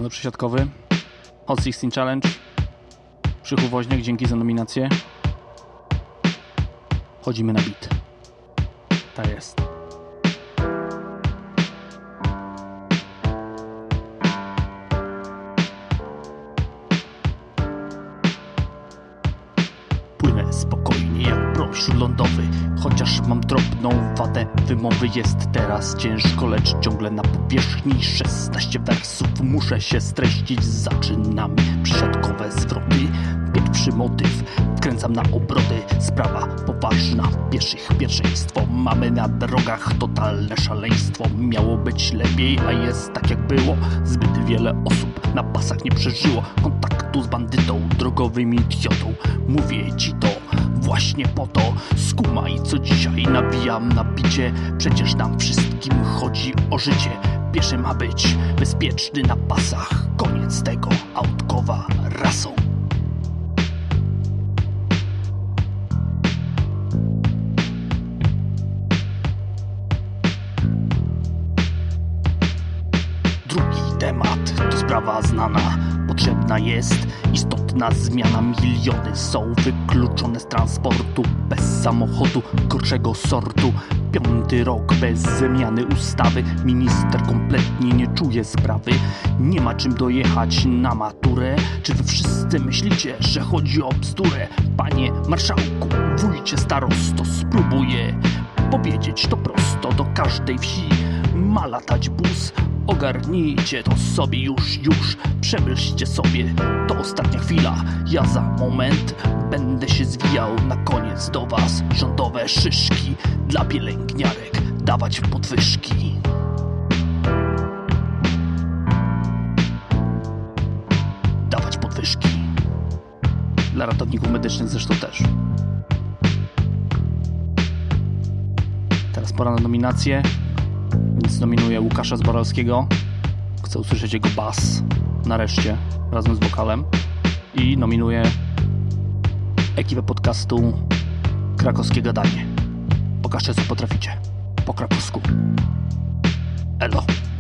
Przesiadkowy, Hot 16 Challenge, Krzychu Woźniak, dzięki za nominację. Chodzimy na beat. Tak jest. Płynę spokojnie jak prom śródlądowy, chociaż mam drobną wadę wymowy. Jest teraz ciężko, lecz ciągle na powierzchni. 16 wersów muszę się streścić. Zaczynam przesiadkowe zwroty. Pierwszy motyw wkręcam na obrody. Sprawa poważna, pieszych pierwszeństwo. Mamy na drogach totalne szaleństwo. Miało być lepiej, a jest tak jak było. Zbyt wiele osób na pasach nie przeżyło kontaktu z bandytą, drogowym idiotą. Mówię ci to właśnie po to. Skumaj, co dzisiaj nawijam na bicie. Przecież nam wszystkim chodzi o życie. Pieszy ma być bezpieczny na pasach. Koniec tego, autkowa rasą. Drugi temat to sprawa znana. Potrzebna jest istotna zmiana. Miliony są wykluczone z transportu. Bez samochodu gorszego sortu. 5. rok bez zmiany ustawy. Minister kompletnie nie czuje sprawy. Nie ma czym dojechać na maturę. Czy wy wszyscy myślicie, że chodzi o bzdurę? Panie marszałku, wójcie starosto, spróbuję powiedzieć to prosto. Do każdej wsi ma latać bus. Ogarnijcie to sobie już. Przemyślcie sobie, to ostatnia chwila. Ja za moment będę się zwijał. Na koniec do was rządowe szyszki. Dla pielęgniarek dawać podwyżki. Dawać podwyżki. Dla ratowników medycznych zresztą też. Teraz pora na nominację. Więc nominuję Łukasza Zboralskiego. Chcę usłyszeć jego bas nareszcie razem z wokalem. I nominuję ekipę podcastu Krakowskie Gadanie. Pokażcie, co potraficie po krakowsku. Elo.